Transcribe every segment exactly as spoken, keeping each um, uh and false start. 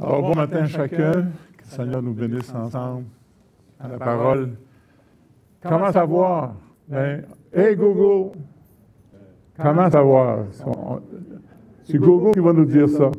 Alors, bon matin à chacun. Que le Seigneur nous bénisse ensemble à la parole. Comment savoir? Ben, hey Google! Comment savoir? C'est Google qui va nous dire ça.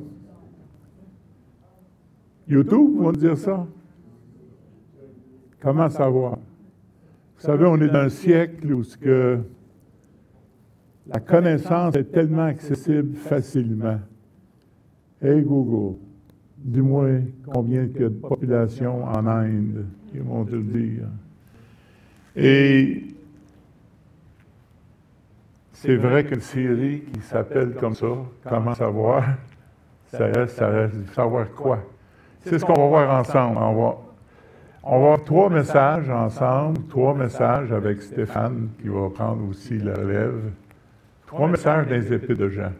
YouTube va nous dire ça. Comment savoir? Vous savez, on est dans un siècle où ce que la connaissance est tellement accessible facilement. Hey Google, dis-moi combien il y a de population en Inde, ils vont te le dire. Et c'est vrai qu'une série qui s'appelle comme ça, Comment savoir, ça reste, ça reste, savoir quoi? C'est ce qu'on va voir ensemble. On va, on va voir trois messages ensemble, trois messages avec Stéphane qui va prendre aussi la relève. Trois messages dans les Épîtres de Jean.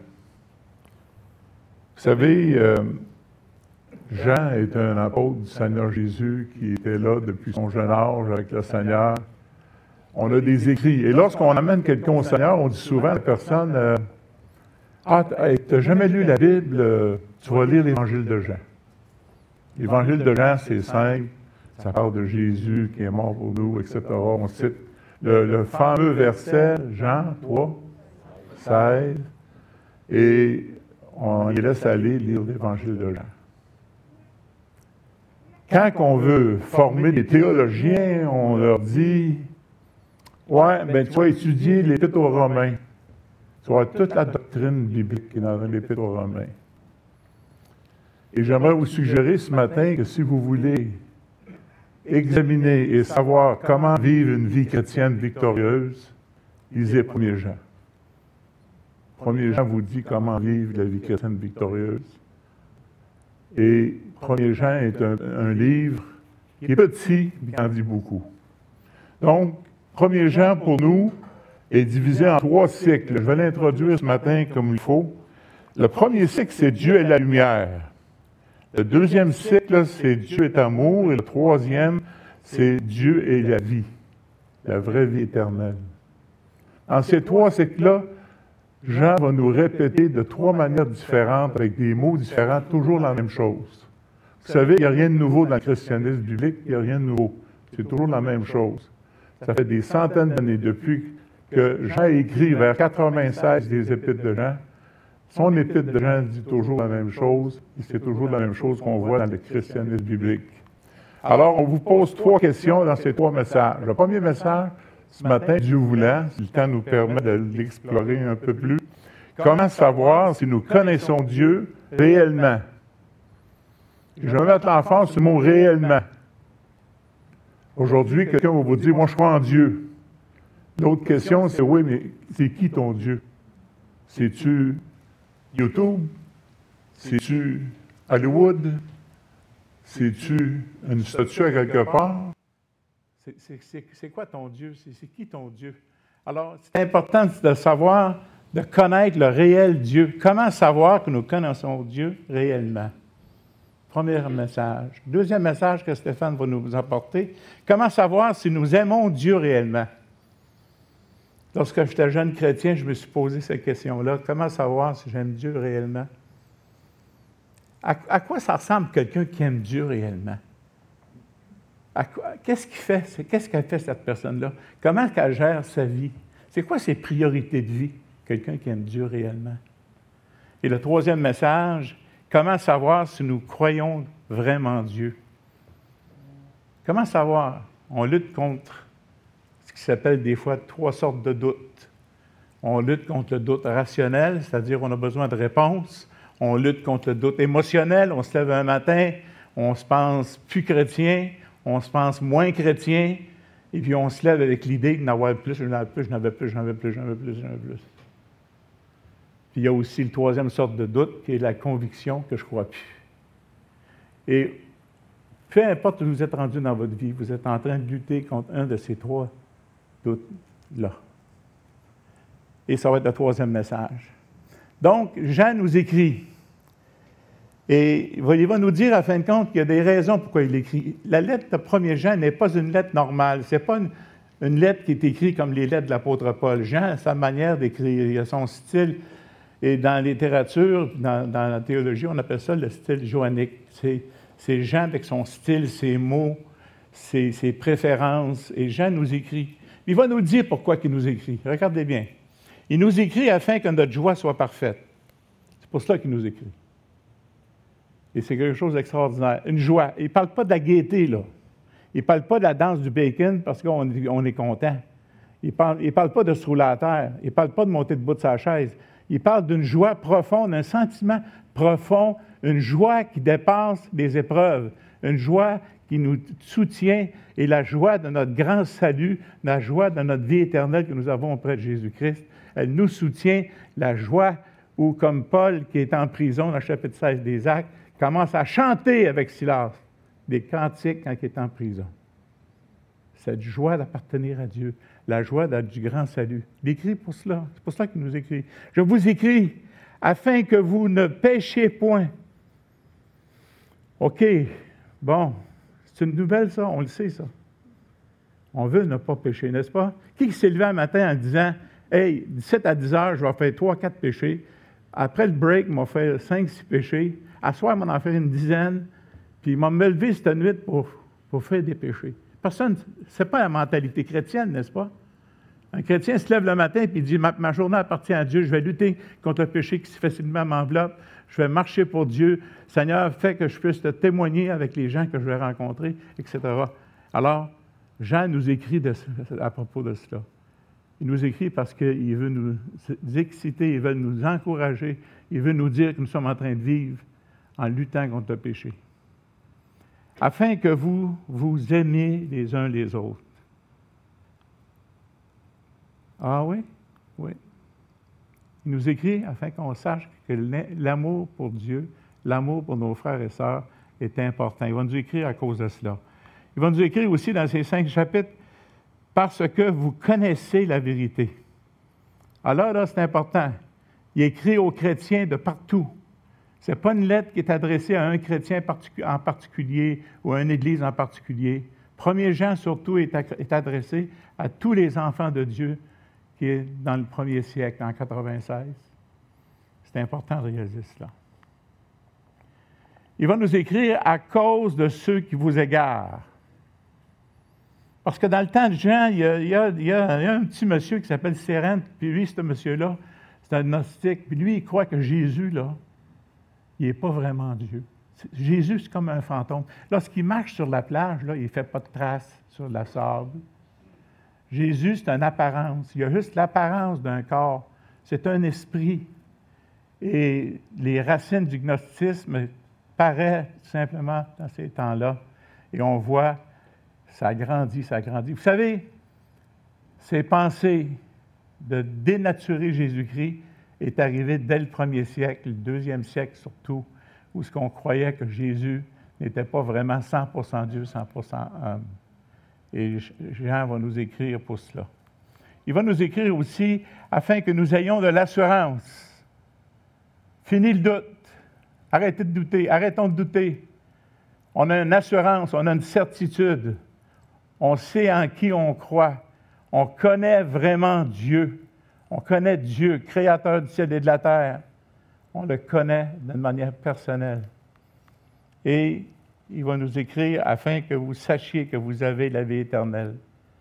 Vous savez, euh, Jean est un apôtre du Seigneur Jésus qui était là depuis son jeune âge avec le Seigneur. On a des écrits. Et lorsqu'on amène quelqu'un au Seigneur, on dit souvent à la personne euh, « Ah, tu n'as jamais lu la Bible, euh, tu vas lire l'Évangile de Jean. » L'Évangile de Jean, c'est simple. Ça parle de Jésus qui est mort pour nous, et cetera. On cite le, le fameux verset, Jean trois, seize, et on les laisse aller lire l'Évangile de Jean. Quand on veut former des théologiens, on leur dit « Ouais, ben tu vas étudier l'Épître aux Romains. Tu vas avoir toute la doctrine biblique qui est dans l'Épître aux Romains. » Et j'aimerais vous suggérer ce matin que si vous voulez examiner et savoir comment vivre une vie chrétienne victorieuse, lisez premier Jean. premier Jean vous dit comment vivre la vie chrétienne victorieuse. Et premier Jean est un, un livre qui est petit, mais qui en dit beaucoup. Donc, premier Jean, pour nous, est divisé en trois cycles. Je vais l'introduire ce matin comme il faut. Le premier cycle, c'est Dieu est la lumière. Le deuxième cycle, c'est Dieu est amour. Et le troisième, c'est Dieu est la vie, la vraie vie éternelle. En ces trois cycles-là, Jean va nous répéter de trois manières différentes, avec des mots différents, toujours la même chose. Vous savez, il n'y a rien de nouveau dans le christianisme biblique, il n'y a rien de nouveau. C'est toujours la même chose. Ça fait des centaines d'années depuis que Jean écrit vers quatre-vingt-seize des Épîtres de Jean. Son épître de Jean dit toujours la même chose, et c'est toujours la même chose qu'on voit dans le christianisme biblique. Alors, on vous pose trois questions dans ces trois messages. Le premier message, ce matin, Dieu voulant, si le temps nous permet de l'explorer un peu plus, comment savoir si nous connaissons Dieu réellement? Je vais mettre l'emphase sur le mot « réellement ». Aujourd'hui, quelqu'un va vous dire « Moi, je crois en Dieu ». L'autre question, c'est « Oui, mais c'est qui ton Dieu? C'est-tu YouTube? C'est-tu Hollywood? C'est-tu une statue à quelque part? » C'est, c'est, c'est, c'est quoi ton Dieu? C'est, c'est qui ton Dieu? Alors, c'est important de savoir, de connaître le réel Dieu. Comment savoir que nous connaissons Dieu réellement? Premier message. Deuxième message que Stéphane va nous apporter. Comment savoir si nous aimons Dieu réellement? Lorsque j'étais jeune chrétien, je me suis posé cette question-là. Comment savoir si j'aime Dieu réellement? À, à quoi ça ressemble quelqu'un qui aime Dieu réellement? À quoi, qu'est-ce qu'il fait? C'est, qu'est-ce qu'elle fait, cette personne-là? Comment elle gère sa vie? C'est quoi ses priorités de vie? Quelqu'un qui aime Dieu réellement. Et le troisième message, comment savoir si nous croyons vraiment Dieu? Comment savoir? On lutte contre ce qui s'appelle des fois trois sortes de doutes. On lutte contre le doute rationnel, c'est-à-dire qu'on a besoin de réponses. On lutte contre le doute émotionnel. On se lève un matin, on se pense plus chrétien, on se pense moins chrétien, et puis on se lève avec l'idée de n'avoir plus, je n'avais plus, je n'avais plus, je n'avais plus, je n'avais plus, je n'avais plus. Puis il y a aussi la troisième sorte de doute, qui est la conviction que je ne crois plus. Et peu importe où vous êtes rendu dans votre vie, vous êtes en train de lutter contre un de ces trois doutes-là. Et ça va être le troisième message. Donc, Jean nous écrit. Et il va nous dire, à fin de compte, qu'il y a des raisons pourquoi il écrit. La lettre de premier Jean n'est pas une lettre normale. Ce n'est pas une, une lettre qui est écrite comme les lettres de l'apôtre Paul. Jean a sa manière d'écrire, il a son style. Et dans la littérature, dans, dans la théologie, on appelle ça le style joannique. C'est, c'est Jean avec son style, ses mots, ses, ses préférences. Et Jean nous écrit. Il va nous dire pourquoi il nous écrit. Regardez bien. Il nous écrit afin que notre joie soit parfaite. C'est pour cela qu'il nous écrit. Et c'est quelque chose d'extraordinaire. Une joie. Il ne parle pas de la gaieté, là. Il ne parle pas de la danse du bacon parce qu'on on est content. Il ne parle, il parle pas de se rouler à terre. Il ne parle pas de monter debout de sa chaise. Il parle d'une joie profonde, un sentiment profond, une joie qui dépasse les épreuves, une joie qui nous soutient et la joie de notre grand salut, la joie de notre vie éternelle que nous avons auprès de Jésus-Christ. Elle nous soutient, la joie où, comme Paul, qui est en prison dans le chapitre seize des Actes, commence à chanter avec Silas des cantiques quand il est en prison. Cette joie d'appartenir à Dieu, la joie du grand salut. Il écrit pour cela. C'est pour cela qu'il nous écrit. Je vous écris afin que vous ne péchiez point. OK, bon, c'est une nouvelle ça, on le sait ça. On veut ne pas pécher, n'est-ce pas? Qui s'est levé un matin en disant « Hey, de sept à dix heures, je vais faire trois, quatre péchés. Après le break, je vais faire cinq, six péchés. À soir, je vais en faire une dizaine. Puis, il m'a me levé cette nuit pour, pour faire des péchés. » Personne, ce n'est pas la mentalité chrétienne, n'est-ce pas? Un chrétien se lève le matin et il dit ma, « Ma journée appartient à Dieu, je vais lutter contre le péché qui si facilement m'enveloppe, je vais marcher pour Dieu. Seigneur, fais que je puisse te témoigner avec les gens que je vais rencontrer, et cetera » Alors, Jean nous écrit de, à propos de cela. Il nous écrit parce qu'il veut nous exciter, il veut nous encourager, il veut nous dire que nous sommes en train de vivre en luttant contre le péché. Afin que vous vous aimiez les uns les autres. Ah oui? Oui. Il nous écrit afin qu'on sache que l'amour pour Dieu, l'amour pour nos frères et sœurs est important. Il va nous écrire à cause de cela. Il va nous écrire aussi dans ces cinq chapitres parce que vous connaissez la vérité. Alors là, c'est important. Il écrit aux chrétiens de partout. Ce n'est pas une lettre qui est adressée à un chrétien en particulier ou à une église en particulier. Premier Jean, surtout, est adressé à tous les enfants de Dieu qui est dans le premier siècle, en quatre-vingt-seize. C'est important de réaliser cela. Il va nous écrire à cause de ceux qui vous égarent. Parce que dans le temps de Jean, il y a, il y a, il y a, il y a un petit monsieur qui s'appelle Cérène, puis lui, ce monsieur-là, c'est un gnostique, puis lui, il croit que Jésus, là, il n'est pas vraiment Dieu. Jésus, c'est comme un fantôme. Lorsqu'il marche sur la plage, là, il ne fait pas de traces sur la sable. Jésus, c'est une apparence. Il y a juste l'apparence d'un corps. C'est un esprit. Et les racines du gnosticisme paraissent simplement dans ces temps-là. Et on voit, ça grandit, ça grandit. Vous savez, ces pensées de dénaturer Jésus-Christ est arrivé dès le premier siècle, le deuxième siècle surtout, où ce qu'on croyait que Jésus n'était pas vraiment cent pour cent Dieu, cent pour cent homme. Et Jean va nous écrire pour cela. Il va nous écrire aussi afin que nous ayons de l'assurance. Fini le doute. Arrêtez de douter. Arrêtons de douter. On a une assurance, on a une certitude. On sait en qui on croit. On connaît vraiment Dieu. On connaît Dieu, créateur du ciel et de la terre. On le connaît d'une manière personnelle. Et il va nous écrire afin que vous sachiez que vous avez la vie éternelle.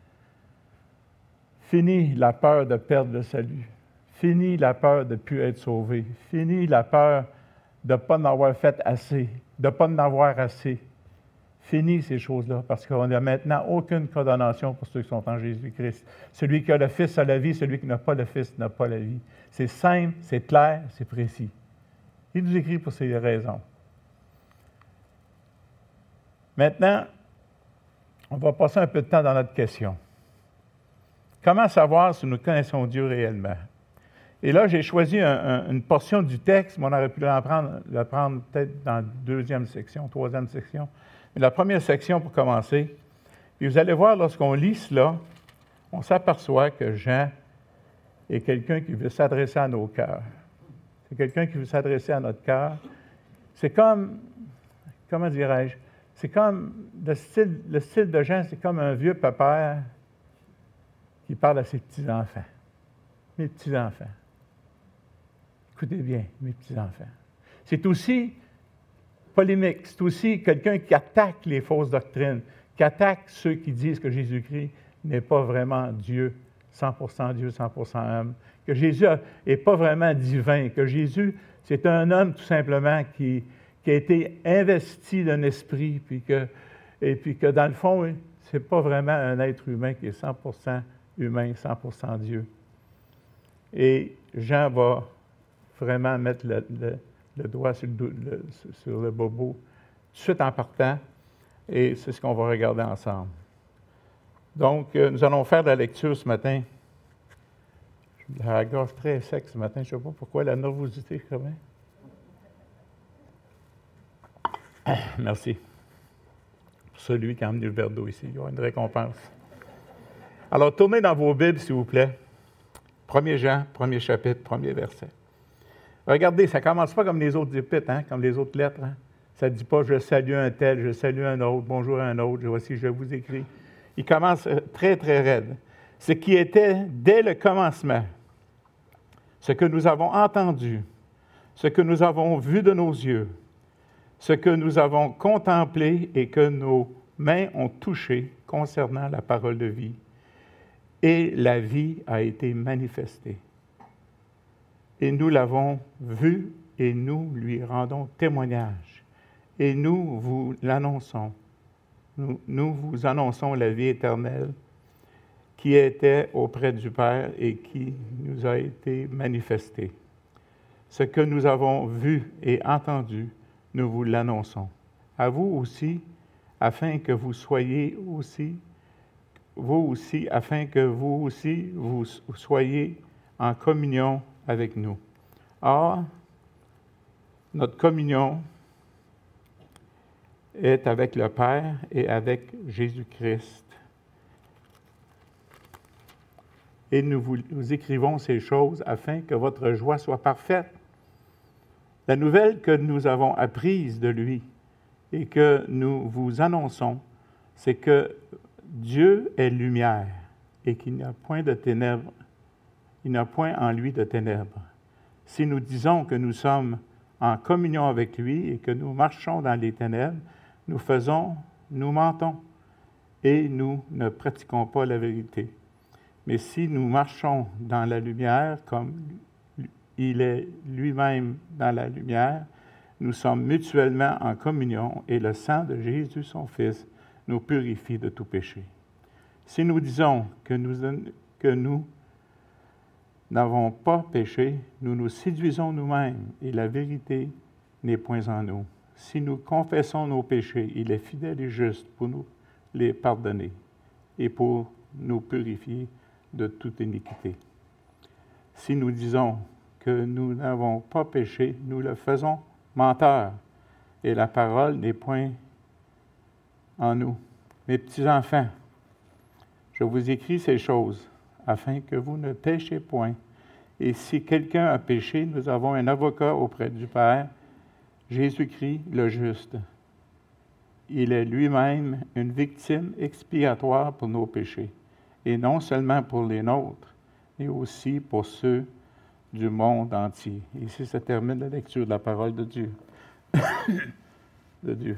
Fini la peur de perdre le salut. Fini la peur de ne plus être sauvé. Fini la peur de ne pas en avoir fait assez, de ne pas en avoir assez. Fini ces choses-là, parce qu'on n'a maintenant aucune condamnation pour ceux qui sont en Jésus-Christ. Celui qui a le Fils a la vie, celui qui n'a pas le Fils n'a pas la vie. C'est simple, c'est clair, c'est précis. Il nous écrit pour ces raisons. Maintenant, on va passer un peu de temps dans notre question. Comment savoir si nous connaissons Dieu réellement? Et là, j'ai choisi un, un, une portion du texte, mais on aurait pu le prendre, le prendre peut-être dans la deuxième section, troisième section. Mais la première section pour commencer. Puis vous allez voir, lorsqu'on lit cela, on s'aperçoit que Jean est quelqu'un qui veut s'adresser à nos cœurs. C'est quelqu'un qui veut s'adresser à notre cœur. C'est comme, comment dirais-je, c'est comme, le style, le style de Jean, c'est comme un vieux papa qui parle à ses petits-enfants. Mes petits-enfants. Écoutez bien, mes petits-enfants. C'est aussi polémique, c'est aussi quelqu'un qui attaque les fausses doctrines, qui attaque ceux qui disent que Jésus-Christ n'est pas vraiment Dieu, cent pour cent Dieu, cent pour cent homme, que Jésus n'est pas vraiment divin, que Jésus, c'est un homme tout simplement qui, qui a été investi d'un esprit, puis que, et puis que dans le fond, ce n'est pas vraiment un être humain qui est cent pour cent humain, cent pour cent Dieu. Et Jean va vraiment mettre le, le, le doigt sur le, le, sur le bobo tout de suite en partant, et c'est ce qu'on va regarder ensemble. Donc, euh, nous allons faire de la lecture ce matin. J'ai la gorge très sec ce matin, je ne sais pas pourquoi, la nervosité quand même. Merci. Pour celui qui a amené le verre d'eau ici, il y aura une récompense. Alors, tournez dans vos Bibles, s'il vous plaît. premier Jean, premier chapitre, premier verset. Regardez, ça ne commence pas comme les autres épîtres, hein, comme les autres lettres. Hein. Ça ne dit pas « je salue un tel, je salue un autre, bonjour à un autre, voici, je vous écris ». Il commence très, très raide. Ce qui était dès le commencement, ce que nous avons entendu, ce que nous avons vu de nos yeux, ce que nous avons contemplé et que nos mains ont touché concernant la parole de vie. Et la vie a été manifestée. Et nous l'avons vue et nous lui rendons témoignage. Et nous vous l'annonçons. Nous, nous vous annonçons la vie éternelle qui était auprès du Père et qui nous a été manifestée. Ce que nous avons vu et entendu, nous vous l'annonçons. À vous aussi, afin que vous soyez aussi, vous aussi, afin que vous aussi, vous soyez en communion avec nous. Or, notre communion est avec le Père et avec Jésus-Christ. Et nous vous nous écrivons ces choses afin que votre joie soit parfaite. La nouvelle que nous avons apprise de lui et que nous vous annonçons, c'est que Dieu est lumière et qu'il n'y a point de ténèbres, il n'y a point en lui de ténèbres. Si nous disons que nous sommes en communion avec lui et que nous marchons dans les ténèbres, nous faisons, nous mentons et nous ne pratiquons pas la vérité. Mais si nous marchons dans la lumière comme il est lui-même dans la lumière, nous sommes mutuellement en communion et le sang de Jésus, son Fils, nous purifie de tout péché. Si nous disons que nous, que nous n'avons pas péché, nous nous séduisons nous-mêmes et la vérité n'est point en nous. Si nous confessons nos péchés, il est fidèle et juste pour nous les pardonner et pour nous purifier de toute iniquité. Si nous disons que nous n'avons pas péché, nous le faisons menteur et la parole n'est point en nous. Mes petits-enfants, je vous écris ces choses afin que vous ne péchiez point. Et si quelqu'un a péché, nous avons un avocat auprès du Père, Jésus-Christ le juste. Il est lui-même une victime expiatoire pour nos péchés, et non seulement pour les nôtres, mais aussi pour ceux du monde entier. Ici se termine la lecture de la parole de Dieu. de Dieu.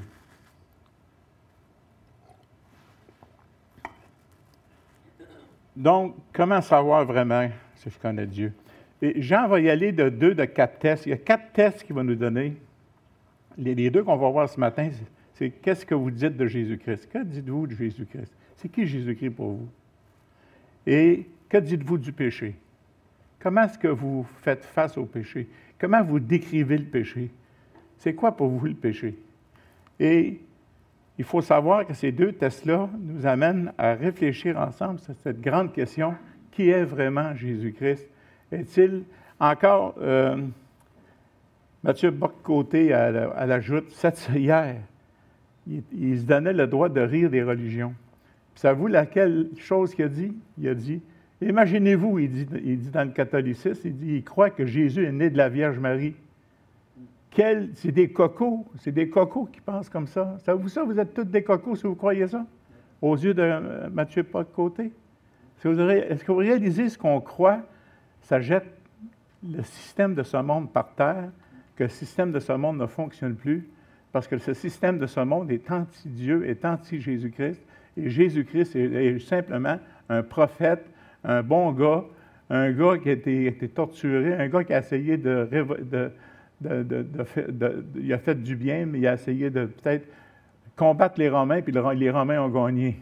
Donc, comment savoir vraiment si je connais Dieu? Et Jean va y aller de deux, de quatre tests. Il y a quatre tests qu'il va nous donner. Les, les deux qu'on va voir ce matin, c'est, c'est qu'est-ce que vous dites de Jésus-Christ? Que dites-vous de Jésus-Christ? C'est qui Jésus-Christ pour vous? Et que dites-vous du péché? Comment est-ce que vous faites face au péché? Comment vous décrivez le péché? C'est quoi pour vous le péché? Et il faut savoir que ces deux tests-là nous amènent à réfléchir ensemble sur cette grande question, qui est vraiment Jésus-Christ? Est-il encore... Euh, Mathieu Bock-Côté à la, à la joute, cette, hier, il, il se donnait le droit de rire des religions. Puis savez-vous laquelle chose qu'il a dit? Il a dit, imaginez-vous, il dit, il dit dans le catholicisme, il dit, il croit que Jésus est né de la Vierge Marie. Quel, c'est des cocos, c'est des cocos qui pensent comme ça. Savez-vous ça? Vous êtes tous des cocos si vous croyez ça? Aux yeux de euh, Mathieu Bock-Côté. Est-ce que vous réalisez ce qu'on croit? Ça jette le système de ce monde par terre, que le système de ce monde ne fonctionne plus, parce que ce système de ce monde est anti-Dieu, est anti-Jésus-Christ, et Jésus-Christ est, est simplement un prophète, un bon gars, un gars qui a été, été torturé, un gars qui a essayé de, de, de, de, de, de... Il a fait du bien, mais il a essayé de peut-être combattre les Romains, puis les Romains ont gagné.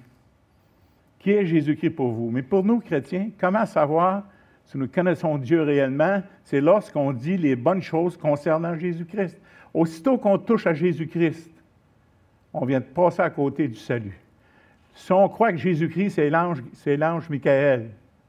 Qui est Jésus-Christ pour vous? Mais pour nous, chrétiens, comment savoir si nous connaissons Dieu réellement? C'est lorsqu'on dit les bonnes choses concernant Jésus-Christ. Aussitôt qu'on touche à Jésus-Christ, on vient de passer à côté du salut. Si on croit que Jésus-Christ, c'est l'ange, c'est l'ange Michaël,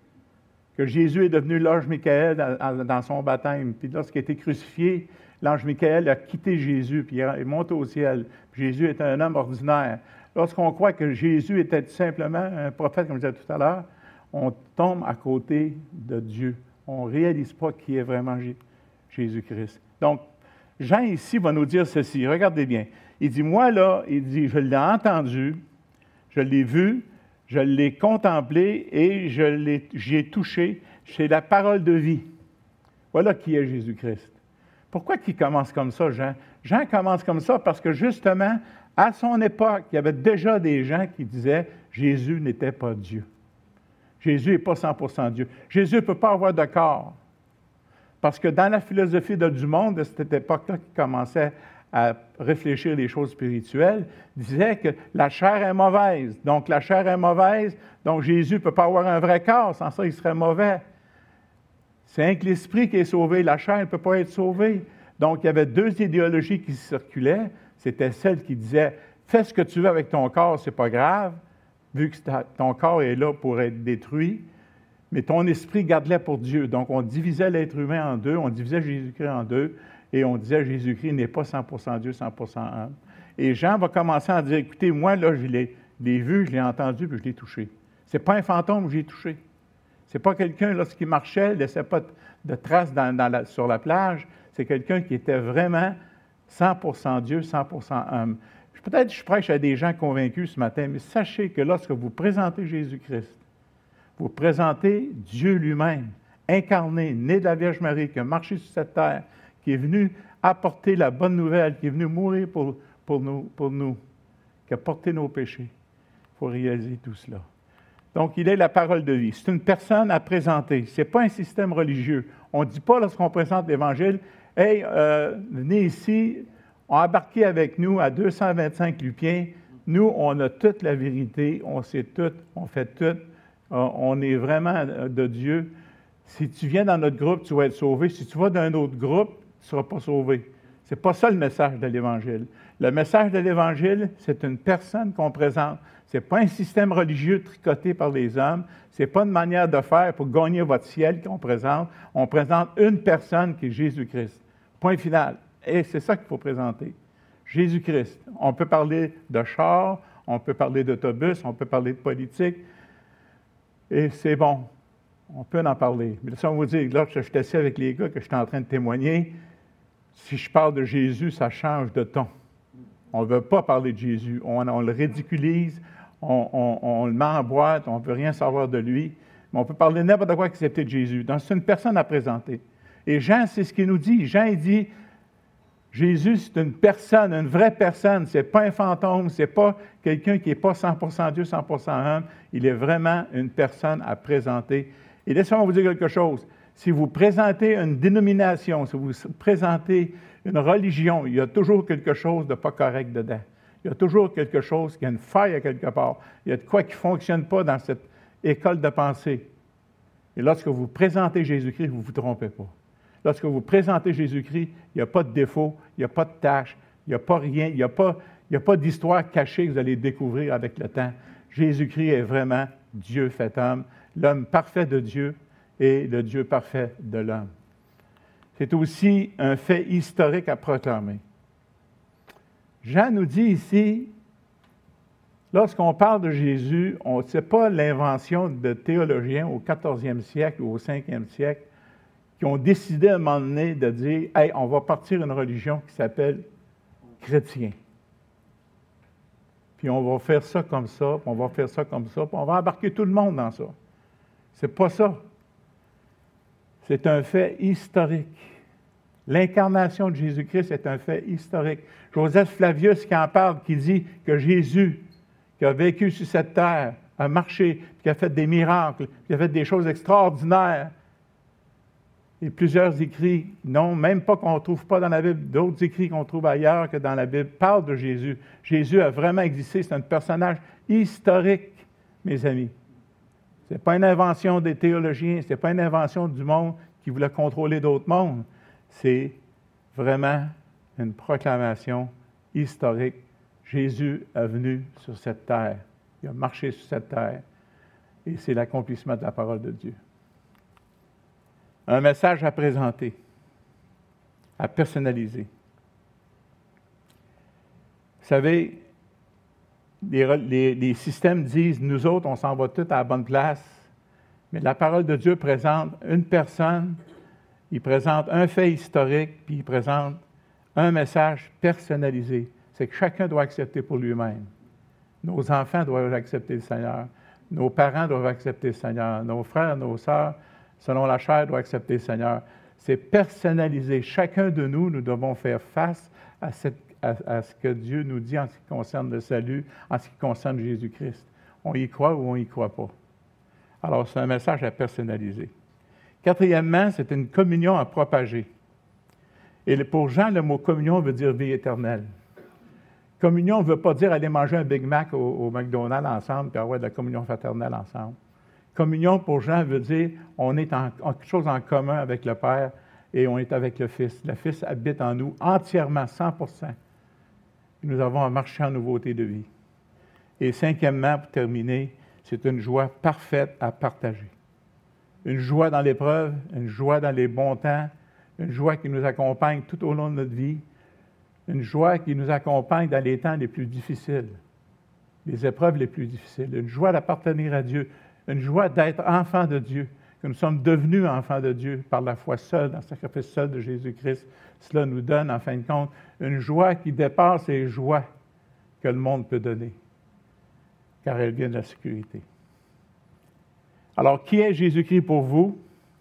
que Jésus est devenu l'ange Michaël dans, dans son baptême, puis lorsqu'il a été crucifié, l'ange Michaël a quitté Jésus, puis il est monté au ciel. Puis Jésus était un homme ordinaire. Lorsqu'on croit que Jésus était tout simplement un prophète, comme je disais tout à l'heure, on tombe à côté de Dieu. On ne réalise pas qui est vraiment Jésus-Christ. Donc, Jean ici va nous dire ceci. Regardez bien. Il dit, moi là, il dit, je l'ai entendu, je l'ai vu, je l'ai contemplé et je l'ai, j'y ai touché. C'est la parole de vie. Voilà qui est Jésus-Christ. Pourquoi qu'il commence comme ça, Jean? Jean commence comme ça parce que justement, à son époque, il y avait déjà des gens qui disaient Jésus n'était pas Dieu. Jésus n'est pas cent pour cent Dieu. Jésus ne peut pas avoir de corps. Parce que dans la philosophie de, du monde de cette époque-là qui commençait à réfléchir les choses spirituelles, disait que la chair est mauvaise. Donc la chair est mauvaise, donc Jésus ne peut pas avoir un vrai corps, sans ça il serait mauvais. C'est un que l'esprit qui est sauvé, la chair ne peut pas être sauvée. Donc il y avait deux idéologies qui circulaient. C'était celle qui disait « Fais ce que tu veux avec ton corps, c'est pas grave, vu que ton corps est là pour être détruit, mais ton esprit garde-le pour Dieu. » Donc, on divisait l'être humain en deux, on divisait Jésus-Christ en deux, et on disait Jésus-Christ n'est pas cent pour cent Dieu, cent pour cent homme. Et Jean va commencer à dire « Écoutez, moi, là, je l'ai, l'ai vu, je l'ai entendu, puis je l'ai touché. C'est pas un fantôme que j'ai touché. C'est pas quelqu'un, lorsqu'il marchait, ne laissait pas de traces dans, dans la, sur la plage. C'est quelqu'un qui était vraiment cent pour cent Dieu, cent pour cent homme. » Peut-être que je prêche à des gens convaincus ce matin, mais sachez que lorsque vous présentez Jésus-Christ, vous présentez Dieu lui-même, incarné, né de la Vierge Marie, qui a marché sur cette terre, qui est venu apporter la bonne nouvelle, qui est venu mourir pour, pour, nous, pour nous, qui a porté nos péchés. Il faut réaliser tout cela. Donc, il est la parole de vie. C'est une personne à présenter. Ce n'est pas un système religieux. On ne dit pas, lorsqu'on présente l'Évangile, « Hey, euh, venez ici, on a embarqué avec nous à deux cent vingt-cinq Lupiens. Nous, on a toute la vérité, on sait tout, on fait tout, on est vraiment de Dieu. Si tu viens dans notre groupe, tu vas être sauvé. Si tu vas dans un autre groupe, tu ne seras pas sauvé. » Ce n'est pas ça le message de l'Évangile. Le message de l'Évangile, c'est une personne qu'on présente. Ce n'est pas un système religieux tricoté par les hommes. Ce n'est pas une manière de faire pour gagner votre ciel qu'on présente. On présente une personne qui est Jésus-Christ. Point final. Et c'est ça qu'il faut présenter. Jésus-Christ. On peut parler de char, on peut parler d'autobus, on peut parler de politique. Et c'est bon. On peut en parler. Mais ça, on vous dit, là, je suis assis avec les gars que je suis en train de témoigner. Si je parle de Jésus, ça change de ton. On ne veut pas parler de Jésus. On, on le ridiculise, on, on, on le met en boîte, on ne veut rien savoir de lui. Mais on peut parler de n'importe quoi excepté de Jésus. Donc, c'est une personne à présenter. Et Jean, c'est ce qu'il nous dit. Jean, il dit, Jésus, c'est une personne, une vraie personne. Ce n'est pas un fantôme, ce n'est pas quelqu'un qui n'est pas cent pour cent Dieu, cent pour cent homme. Il est vraiment une personne à présenter. Et laissez-moi vous dire quelque chose. Si vous présentez une dénomination, si vous présentez une religion, il y a toujours quelque chose de pas correct dedans. Il y a toujours quelque chose qui a une faille à quelque part. Il y a de quoi qui ne fonctionne pas dans cette école de pensée. Et lorsque vous présentez Jésus-Christ, vous ne vous trompez pas. Lorsque vous présentez Jésus-Christ, il n'y a pas de défaut, il n'y a pas de tâche, il n'y a pas rien, il n'y a pas, il n'y a pas d'histoire cachée que vous allez découvrir avec le temps. Jésus-Christ est vraiment Dieu fait homme, l'homme parfait de Dieu et le Dieu parfait de l'homme. C'est aussi un fait historique à proclamer. Jean nous dit ici, lorsqu'on parle de Jésus, ce n'est pas l'invention de théologiens au quatorzième siècle ou au cinquième siècle qui ont décidé à un moment donné de dire « Hey, on va partir une religion qui s'appelle chrétien. Puis on va faire ça comme ça, puis on va faire ça comme ça, puis on va embarquer tout le monde dans ça. » C'est pas ça. C'est un fait historique. L'incarnation de Jésus-Christ est un fait historique. Joseph Flavius qui en parle, qui dit que Jésus, qui a vécu sur cette terre, a marché, qui a fait des miracles, qui a fait des choses extraordinaires. Et plusieurs écrits, non, même pas qu'on ne trouve pas dans la Bible, d'autres écrits qu'on trouve ailleurs que dans la Bible, parlent de Jésus. Jésus a vraiment existé, c'est un personnage historique, mes amis. Ce n'est pas une invention des théologiens, ce n'est pas une invention du monde qui voulait contrôler d'autres mondes. C'est vraiment une proclamation historique. Jésus est venu sur cette terre. Il a marché sur cette terre. Et c'est l'accomplissement de la parole de Dieu. Un message à présenter, à personnaliser. Vous savez, les, les, les systèmes disent, nous autres, on s'en va tous à la bonne place, mais la parole de Dieu présente une personne, il présente un fait historique, puis il présente un message personnalisé. C'est que chacun doit accepter pour lui-même. Nos enfants doivent accepter le Seigneur. Nos parents doivent accepter le Seigneur. Nos frères, nos sœurs, selon la chair, doivent accepter le Seigneur. C'est personnalisé. Chacun de nous, nous devons faire face à, cette, à, à ce que Dieu nous dit en ce qui concerne le salut, en ce qui concerne Jésus-Christ. On y croit ou on n'y croit pas. Alors, c'est un message à personnaliser. Quatrièmement, c'est une communion à propager. Et pour Jean, le mot communion veut dire vie éternelle. Communion ne veut pas dire aller manger un Big Mac au, au McDonald's ensemble puis avoir de la communion fraternelle ensemble. Communion pour Jean veut dire on est en, en quelque chose en commun avec le Père et on est avec le Fils. Le Fils habite en nous entièrement, cent pour cent. Nous avons à marcher en nouveauté de vie. Et cinquièmement, pour terminer, c'est une joie parfaite à partager. Une joie dans l'épreuve, une joie dans les bons temps, une joie qui nous accompagne tout au long de notre vie, une joie qui nous accompagne dans les temps les plus difficiles, les épreuves les plus difficiles, une joie d'appartenir à Dieu, une joie d'être enfant de Dieu, que nous sommes devenus enfants de Dieu par la foi seule, dans le sacrifice seul de Jésus-Christ. Cela nous donne, en fin de compte, une joie qui dépasse les joies que le monde peut donner, car elle vient de la sécurité. Alors, qui est Jésus-Christ pour vous?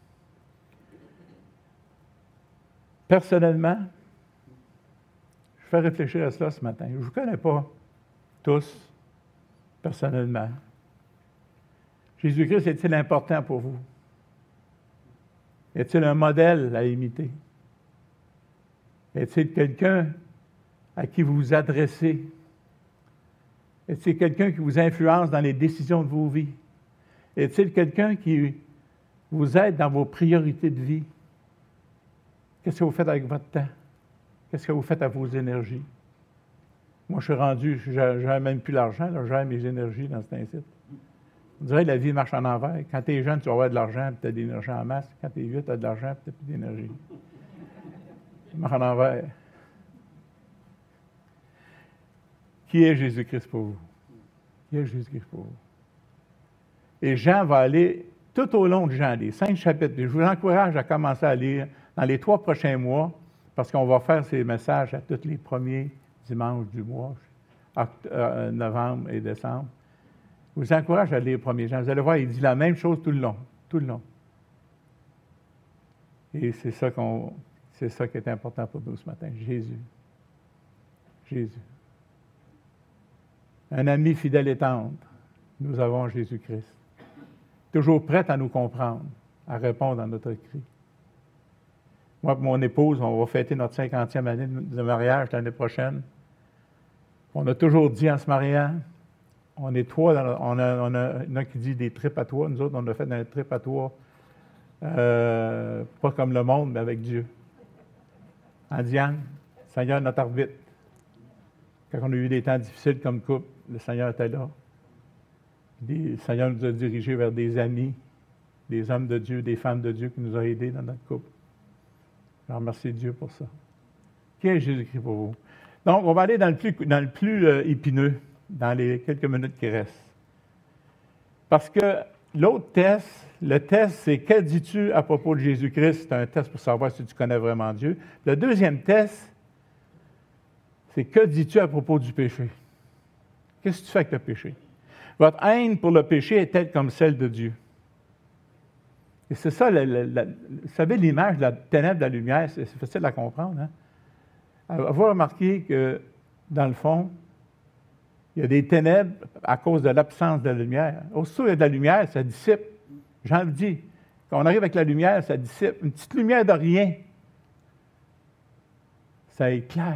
Personnellement, je fais réfléchir à cela ce matin. Je ne vous connais pas tous, personnellement. Jésus-Christ est-il important pour vous? Est-il un modèle à imiter? Est-il quelqu'un à qui vous vous adressez? Est-il quelqu'un qui vous influence dans les décisions de vos vies? Est-il quelqu'un qui vous aide dans vos priorités de vie? Qu'est-ce que vous faites avec votre temps? Qu'est-ce que vous faites à vos énergies? Moi, je suis rendu, je n'ai même plus l'argent, là, je gère mes énergies dans cet incite. On dirait que la vie marche en envers. Quand tu es jeune, tu vas avoir de l'argent et tu as de l'énergie en masse. Quand tu es vieux, tu as de l'argent et tu n'as plus d'énergie. Ça marche en envers. Qui est Jésus-Christ pour vous? Qui est Jésus-Christ pour vous? Et Jean va aller tout au long de Jean, les cinq chapitres. Et je vous encourage à commencer à lire dans les trois prochains mois, parce qu'on va faire ces messages à tous les premiers dimanches du mois, octobre, novembre et décembre. Je vous encourage à lire le premier Jean. Vous allez voir, il dit la même chose tout le long, tout le long. Et c'est ça, qu'on, c'est ça qui est important pour nous ce matin, Jésus. Jésus. Un ami fidèle et tendre, nous avons Jésus-Christ. Toujours prêt à nous comprendre, à répondre à notre cri. Moi et mon épouse, on va fêter notre cinquantième année de mariage l'année prochaine. On a toujours dit en se mariant, on est trois, dans le, on a, on a, il y en a qui dit des tripes à trois, nous autres, on a fait un trip à trois, euh, pas comme le monde, mais avec Dieu. En disant, Seigneur, notre arbitre. Quand on a eu des temps difficiles comme couple, le Seigneur était là. Le Seigneur nous a dirigés vers des amis, des hommes de Dieu, des femmes de Dieu qui nous ont aidés dans notre couple. Je remercie Dieu pour ça. Qui est Jésus-Christ pour vous? Donc, on va aller dans le plus, dans le plus euh, épineux, dans les quelques minutes qui restent. Parce que l'autre test, le test, c'est « Que dis-tu à propos de Jésus-Christ? » C'est un test pour savoir si tu connais vraiment Dieu. Le deuxième test, c'est « Que dis-tu à propos du péché? » Qu'est-ce que tu fais avec le péché? Votre haine pour le péché est telle comme celle de Dieu. Et c'est ça, la, la, la, vous savez, l'image de la ténèbre de la lumière, c'est, c'est facile à comprendre. Hein? Avez-vous remarqué que, dans le fond, il y a des ténèbres à cause de l'absence de la lumière. Aussitôt il y a de la lumière, ça dissipe. Jean le dit. Quand on arrive avec la lumière, ça dissipe. Une petite lumière de rien, ça éclaire.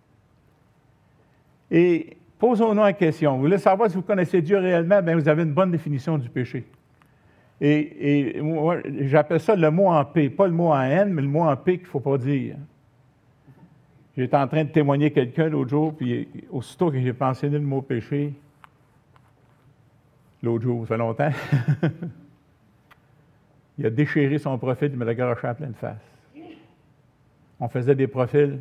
Et posons-nous la question. Vous voulez savoir si vous connaissez Dieu réellement? Bien, vous avez une bonne définition du péché. Et, et moi, j'appelle ça le mot en P. Pas le mot en N, mais le mot en P qu'il ne faut pas dire. J'étais en train de témoigner quelqu'un l'autre jour, puis aussitôt que j'ai pensé le mot péché, l'autre jour, ça fait longtemps, il a déchiré son profil, il me l'a garoché à pleine face. On faisait des profils,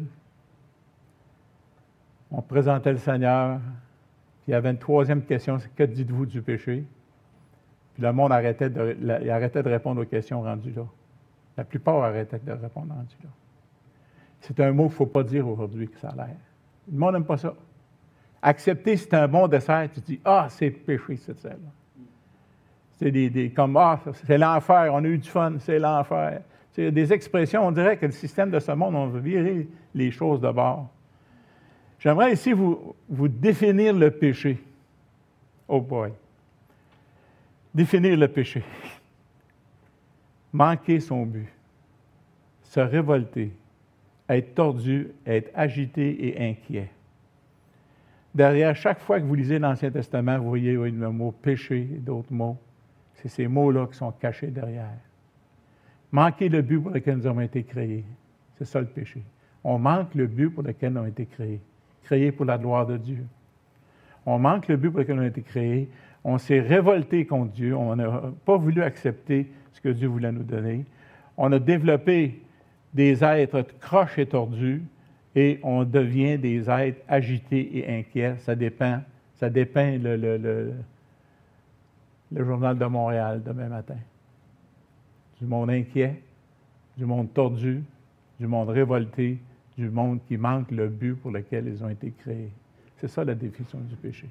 on présentait le Seigneur, puis il y avait une troisième question, c'est « Que dites-vous du péché? » Puis le monde arrêtait de, il arrêtait de répondre aux questions rendues là. La plupart arrêtaient de répondre rendues là. C'est un mot qu'il ne faut pas dire aujourd'hui que ça a l'air. Le monde n'aime pas ça. Accepter, c'est un bon dessert. Tu dis, ah, c'est péché, cette scène-là. C'est des, des, comme, ah, c'est l'enfer, on a eu du fun, c'est l'enfer. C'est des expressions, on dirait que le système de ce monde, on veut virer les choses de bord. J'aimerais ici vous, vous définir le péché. Oh boy. Définir le péché. Manquer son but. Se révolter. Être tordu, être agité et inquiet. Derrière chaque fois que vous lisez l'Ancien Testament, vous voyez oui, le mot péché et d'autres mots. C'est ces mots-là qui sont cachés derrière. Manquer le but pour lequel nous avons été créés. C'est ça le péché. On manque le but pour lequel nous avons été créés. Créés pour la gloire de Dieu. On manque le but pour lequel nous avons été créés. On s'est révolté contre Dieu. On n'a pas voulu accepter ce que Dieu voulait nous donner. On a développé des êtres croches et tordus, et on devient des êtres agités et inquiets. Ça dépend, ça dépeint le, le, le, le Journal de Montréal demain matin. Du monde inquiet, du monde tordu, du monde révolté, du monde qui manque le but pour lequel ils ont été créés. C'est ça la définition du péché.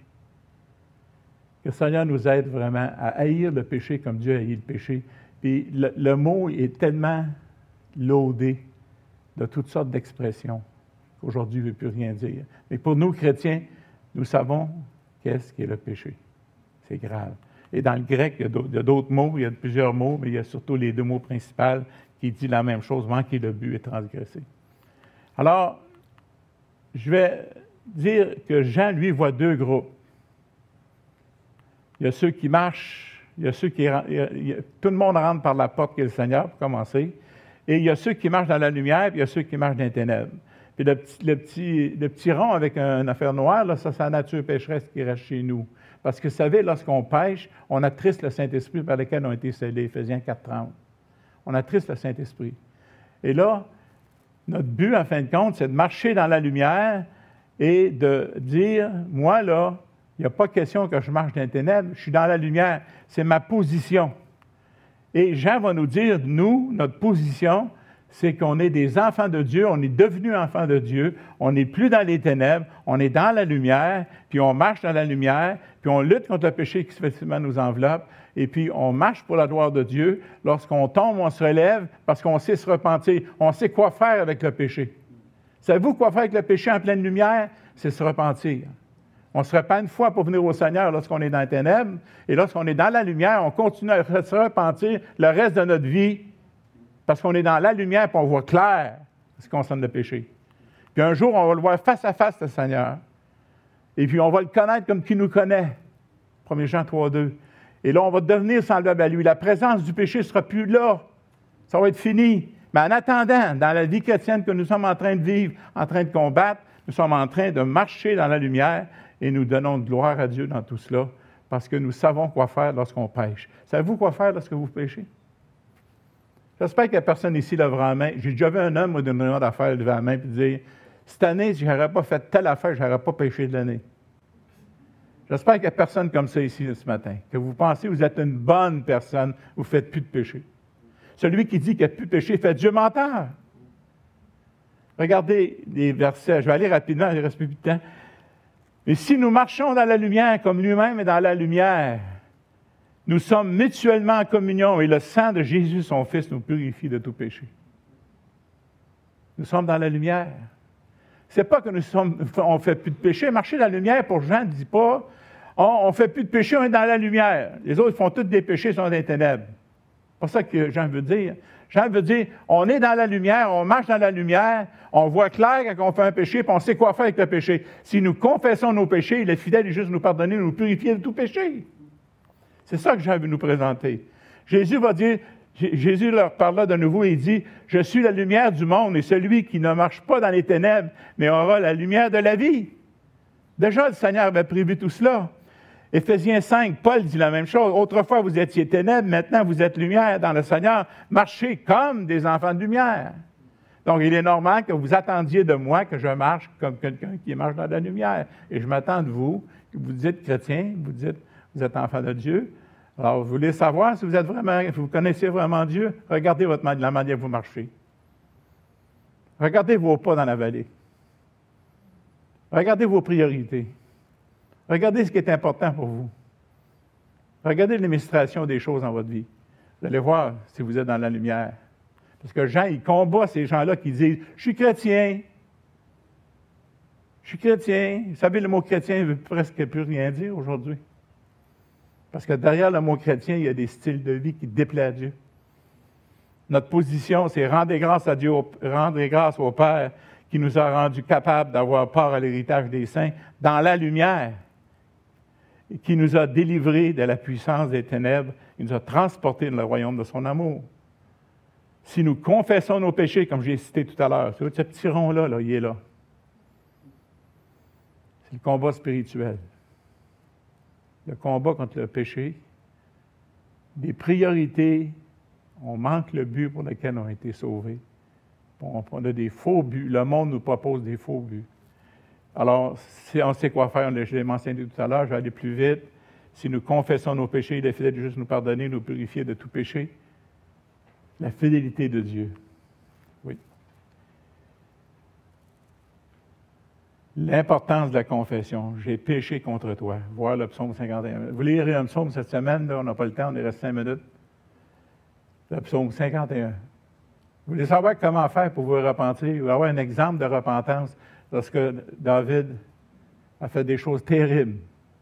Que le Seigneur nous aide vraiment à haïr le péché comme Dieu a haï le péché. Puis le, le mot est tellement laudé de toutes sortes d'expressions qu'aujourd'hui il ne veut plus rien dire. Mais pour nous, chrétiens, nous savons qu'est-ce qu'est le péché. C'est grave. Et dans le grec, il y a d'autres mots, il y a plusieurs mots, mais il y a surtout les deux mots principaux qui disent la même chose, manquer le but et transgresser. Alors, je vais dire que Jean, lui, voit deux groupes. Il y a ceux qui marchent, il y a ceux qui... Il y a, il y a, tout le monde rentre par la porte qui est le Seigneur, pour commencer. Et il y a ceux qui marchent dans la lumière, puis il y a ceux qui marchent dans les ténèbres. Puis le petit, le petit, le petit rond avec un, une affaire noire, là, ça, c'est la nature pécheresse qui reste chez nous. Parce que, vous savez, lorsqu'on pêche, on attriste le Saint-Esprit par lequel on a été scellés, Éphésiens quatre trente. On attriste le Saint-Esprit. Et là, notre but, en fin de compte, c'est de marcher dans la lumière et de dire, moi, là, il n'y a pas question que je marche dans les ténèbres, je suis dans la lumière, c'est ma position. Et Jean va nous dire, nous, notre position, c'est qu'on est des enfants de Dieu, on est devenus enfants de Dieu, on n'est plus dans les ténèbres, on est dans la lumière, puis on marche dans la lumière, puis on lutte contre le péché qui facilement nous enveloppe, et puis on marche pour la gloire de Dieu. Lorsqu'on tombe, on se relève parce qu'on sait se repentir, on sait quoi faire avec le péché. Savez-vous quoi faire avec le péché en pleine lumière? C'est se repentir. On se repent une fois pour venir au Seigneur lorsqu'on est dans les ténèbres, et lorsqu'on est dans la lumière, on continue à se repentir le reste de notre vie, parce qu'on est dans la lumière et on voit clair ce qui concerne le péché. Puis un jour, on va le voir face à face, le Seigneur. Et puis on va le connaître comme qui nous connaît. premier Jean trois deux. Et là, on va devenir semblable à lui. La présence du péché ne sera plus là. Ça va être fini. Mais en attendant, dans la vie chrétienne que nous sommes en train de vivre, en train de combattre, nous sommes en train de marcher dans la lumière et nous donnons de gloire à Dieu dans tout cela parce que nous savons quoi faire lorsqu'on pêche. Savez-vous quoi faire lorsque vous péchez? J'espère qu'il n'y a personne ici levera la main. J'ai déjà vu un homme ou d'une réunion d'affaires lever la main et dire « Cette année, si je n'aurais pas fait telle affaire, je n'aurais pas péché de l'année. » J'espère qu'il n'y a personne comme ça ici ce matin, que vous pensez que vous êtes une bonne personne, vous ne faites plus de péché. Celui qui dit qu'il n'y a plus de péché fait Dieu menteur. Regardez les versets, je vais aller rapidement, il ne reste plus de temps. « Et si nous marchons dans la lumière comme lui-même est dans la lumière, Nous sommes mutuellement en communion et le sang de Jésus, son Fils, nous purifie de tout péché. Nous sommes dans la lumière. Ce n'est pas que nous sommes, on ne fait plus de péché. Marcher dans la lumière, pour Jean, ne dit pas on ne fait plus de péché, on est dans la lumière. Les autres font tous des péchés, sont dans les ténèbres. C'est pas ça que Jean veut dire. Jean veut dire on est dans la lumière, on marche dans la lumière, on voit clair quand on fait un péché, puis on sait quoi faire avec le péché. Si nous confessons nos péchés, il est fidèle et juste nous pardonner, nous purifier de tout péché. C'est ça que Jean veut nous présenter. Jésus va dire, Jésus leur parle de nouveau et il dit, « Je suis la lumière du monde et celui qui ne marche pas dans les ténèbres, mais aura la lumière de la vie. » Déjà, le Seigneur avait prévu tout cela. Éphésiens cinq, Paul dit la même chose. « Autrefois, vous étiez ténèbres, maintenant vous êtes lumière dans le Seigneur. Marchez comme des enfants de lumière. » Donc, il est normal que vous attendiez de moi que je marche comme quelqu'un qui marche dans la lumière. Et je m'attends de vous, que vous dites chrétien, vous dites vous êtes enfant de Dieu. Alors, vous voulez savoir si vous êtes vraiment, si vous connaissez vraiment Dieu? Regardez votre, la manière dont vous marchez. Regardez vos pas dans la vallée. Regardez vos priorités. Regardez ce qui est important pour vous. Regardez l'administration des choses dans votre vie. Vous allez voir si vous êtes dans la lumière. Parce que Jean, il combat ces gens-là qui disent « Je suis chrétien. Je suis chrétien. » Vous savez, le mot chrétien ne veut presque plus rien dire aujourd'hui. Parce que derrière le mot chrétien, il y a des styles de vie qui déplaisent à Dieu. Notre position, c'est rendre grâce à Dieu, rendre grâce au Père qui nous a rendus capables d'avoir part à l'héritage des saints dans la lumière, et qui nous a délivrés de la puissance des ténèbres, il nous a transportés dans le royaume de son amour. Si nous confessons nos péchés, comme j'ai cité tout à l'heure, c'est ce petit rond-là, là, il est là. C'est le combat spirituel. Le combat contre le péché, des priorités, on manque le but pour lequel on a été sauvés. On, on a des faux buts. Le monde nous propose des faux buts. Alors, si on sait quoi faire, je l'ai mentionné tout à l'heure, je vais aller plus vite. Si nous confessons nos péchés, il est fidèle de juste nous pardonner, nous purifier de tout péché. La fidélité de Dieu. Oui. L'importance de la confession. J'ai péché contre toi. Voir le psaume cinquante et un. Vous lirez un psaume cette semaine, là, on n'a pas le temps, on est resté cinq minutes. Le psaume cinquante et un. Vous voulez savoir comment faire pour vous repentir? Vous voulez avoir un exemple de repentance lorsque David a fait des choses terribles.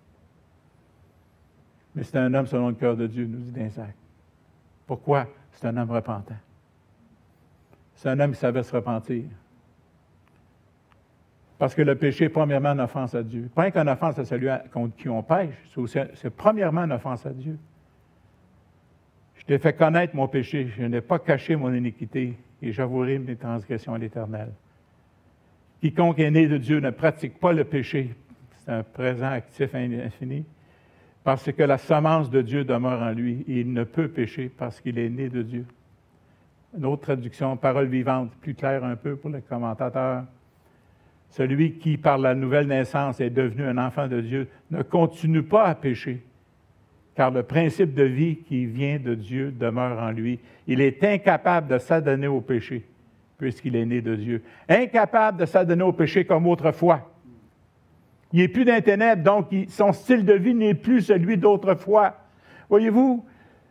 Mais c'est un homme selon le cœur de Dieu, nous dit d'Isaac. Pourquoi? C'est un homme repentant. C'est un homme qui savait se repentir. Parce que le péché est premièrement une offense à Dieu. Pas qu'une offense à celui contre qui on pêche, c'est, aussi, c'est premièrement une offense à Dieu. Je t'ai fait connaître mon péché, je n'ai pas caché mon iniquité, et j'avouerai mes transgressions à l'Éternel. Quiconque est né de Dieu ne pratique pas le péché. C'est un présent actif infini. Parce que la semence de Dieu demeure en lui, et il ne peut pécher parce qu'il est né de Dieu. Une autre traduction, parole vivante, plus claire un peu pour le commentateur. Celui qui, par la nouvelle naissance, est devenu un enfant de Dieu, ne continue pas à pécher, car le principe de vie qui vient de Dieu demeure en lui. Il est incapable de s'adonner au péché, puisqu'il est né de Dieu. Incapable de s'adonner au péché comme autrefois. Il n'est plus dans les ténèbres, donc il, son style de vie n'est plus celui d'autrefois. Voyez-vous,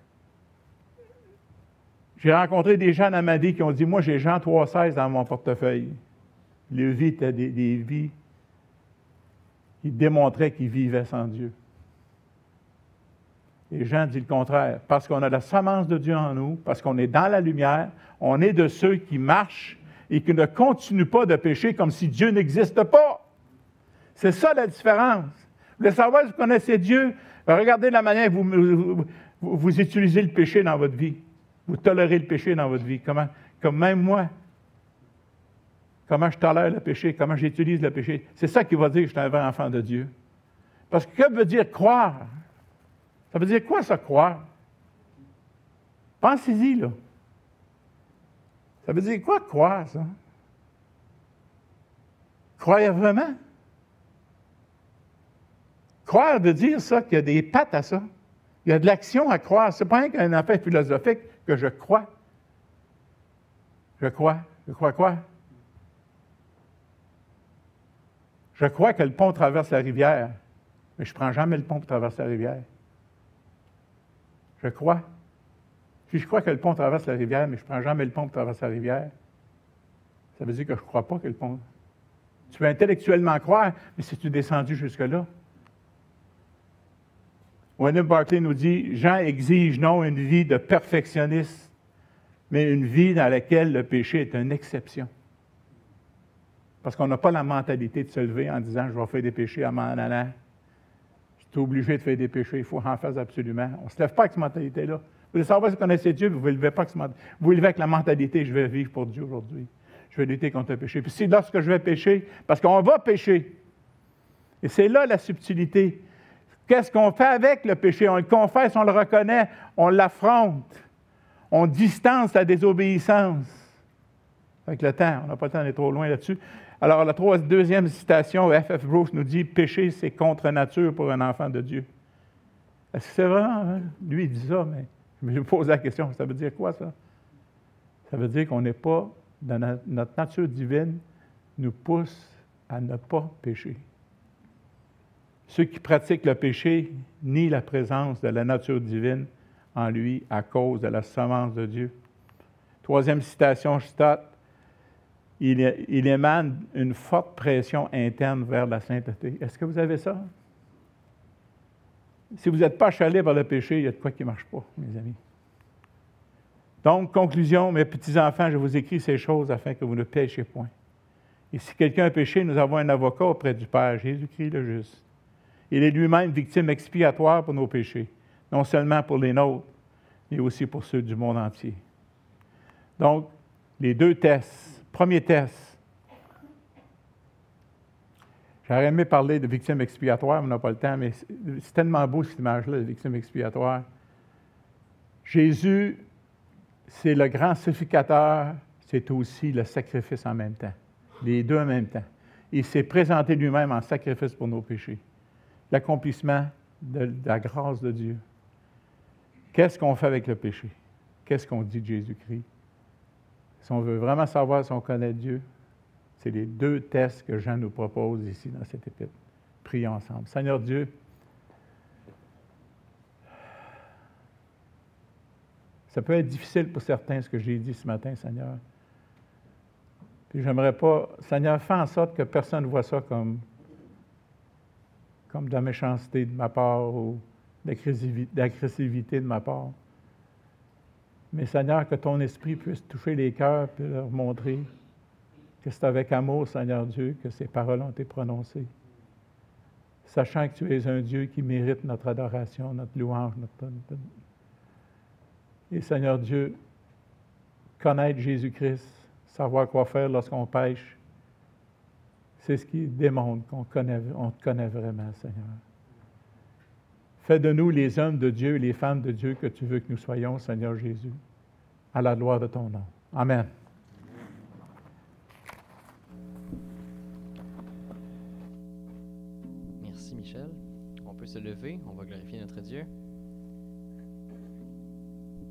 j'ai rencontré des gens dans ma vie qui ont dit « Moi, j'ai Jean trois seize dans mon portefeuille. » Les vies étaient des, des vies qui démontraient qu'ils vivaient sans Dieu. Et Jean dit le contraire. Parce qu'on a la semence de Dieu en nous, parce qu'on est dans la lumière, on est de ceux qui marchent et qui ne continuent pas de pécher comme si Dieu n'existe pas. C'est ça la différence. Vous voulez savoir si vous connaissez Dieu? Regardez la manière dont vous, vous, vous, vous utilisez le péché dans votre vie. Vous tolérez le péché dans votre vie. Comment? Comme même moi. Comment je tolère le péché, comment j'utilise le péché. C'est ça qui va dire que je suis un vrai enfant de Dieu. Parce que que veut dire croire? Ça veut dire quoi, ça, croire? Pensez-y, là. Ça veut dire quoi, croire, ça? Croire vraiment? Croire veut dire ça, qu'il y a des pattes à ça. Il y a de l'action à croire. Ce n'est pas qu'un affaire philosophique que je crois. Je crois. Je crois quoi? Je crois que le pont traverse la rivière, mais je ne prends jamais le pont pour traverser la rivière. Je crois. Si je crois que le pont traverse la rivière, mais je ne prends jamais le pont pour traverser la rivière, ça veut dire que je ne crois pas que le pont... Tu peux intellectuellement croire, mais si tu es descendu jusque-là. William Barclay nous dit, Jean exige non une vie de perfectionniste, mais une vie dans laquelle le péché est une exception. Parce qu'on n'a pas la mentalité de se lever en disant, je vais faire des péchés à m'en allant. Je suis obligé de faire des péchés, il faut en faire absolument. On ne se lève pas avec cette mentalité-là. Vous voulez savoir si vous connaissez Dieu, vous ne vous levez pas avec cette mentalité. Vous vous levez avec la mentalité, je vais vivre pour Dieu aujourd'hui. Je vais lutter contre le péché. Puis c'est lorsque je vais pécher, parce qu'on va pécher. Et c'est là la subtilité. Qu'est-ce qu'on fait avec le péché? On le confesse, on le reconnaît, on l'affronte. On distance la désobéissance. Avec le temps, on n'a pas le temps d'aller trop loin là-dessus. Alors, la troisième, deuxième citation, F F Bruce nous dit « Péché, c'est contre nature pour un enfant de Dieu ». Est-ce que c'est vraiment? Hein? Lui, il dit ça, mais je me pose la question, ça veut dire quoi, ça? Ça veut dire qu'on n'est pas, dans na- notre nature divine, nous pousse à ne pas pécher. Ceux qui pratiquent le péché nient la présence de la nature divine en lui à cause de la semence de Dieu. Troisième citation, Stott. Il, il émane une forte pression interne vers la sainteté. Est-ce que vous avez ça? Si vous n'êtes pas achalé par le péché, il y a de quoi qui ne marche pas, mes amis. Donc, conclusion, mes petits-enfants, je vous écris ces choses afin que vous ne péchiez point. Et si quelqu'un a péché, nous avons un avocat auprès du Père, Jésus-Christ le juste. Il est lui-même victime expiatoire pour nos péchés, non seulement pour les nôtres, mais aussi pour ceux du monde entier. Donc, les deux tests. Premier test. J'aurais aimé parler de victime expiatoire, mais on n'a pas le temps, mais c'est, c'est tellement beau cette image-là, de victime expiatoire. Jésus, c'est le grand sacrificateur, c'est aussi le sacrifice en même temps. Les deux en même temps. Il s'est présenté lui-même en sacrifice pour nos péchés. L'accomplissement de, de la grâce de Dieu. Qu'est-ce qu'on fait avec le péché? Qu'est-ce qu'on dit de Jésus-Christ? Si on veut vraiment savoir si on connaît Dieu, c'est les deux tests que Jean nous propose ici dans cette épître. Prions ensemble. Seigneur Dieu, ça peut être difficile pour certains ce que j'ai dit ce matin, Seigneur. Puis j'aimerais pas, Seigneur, fais en sorte que personne ne voit ça comme, comme de la méchanceté de ma part ou d'agressivité de ma part. Mais Seigneur, que ton esprit puisse toucher les cœurs et leur montrer que c'est avec amour, Seigneur Dieu, que ces paroles ont été prononcées. Sachant que tu es un Dieu qui mérite notre adoration, notre louange, notre... Et Seigneur Dieu, connaître Jésus-Christ, savoir quoi faire lorsqu'on pêche, c'est ce qui démontre qu'on connaît, on te connaît vraiment, Seigneur. Fais de nous les hommes de Dieu et les femmes de Dieu que tu veux que nous soyons, Seigneur Jésus, à la gloire de ton nom. Amen. Merci, Michel. On peut se lever, on va glorifier notre Dieu.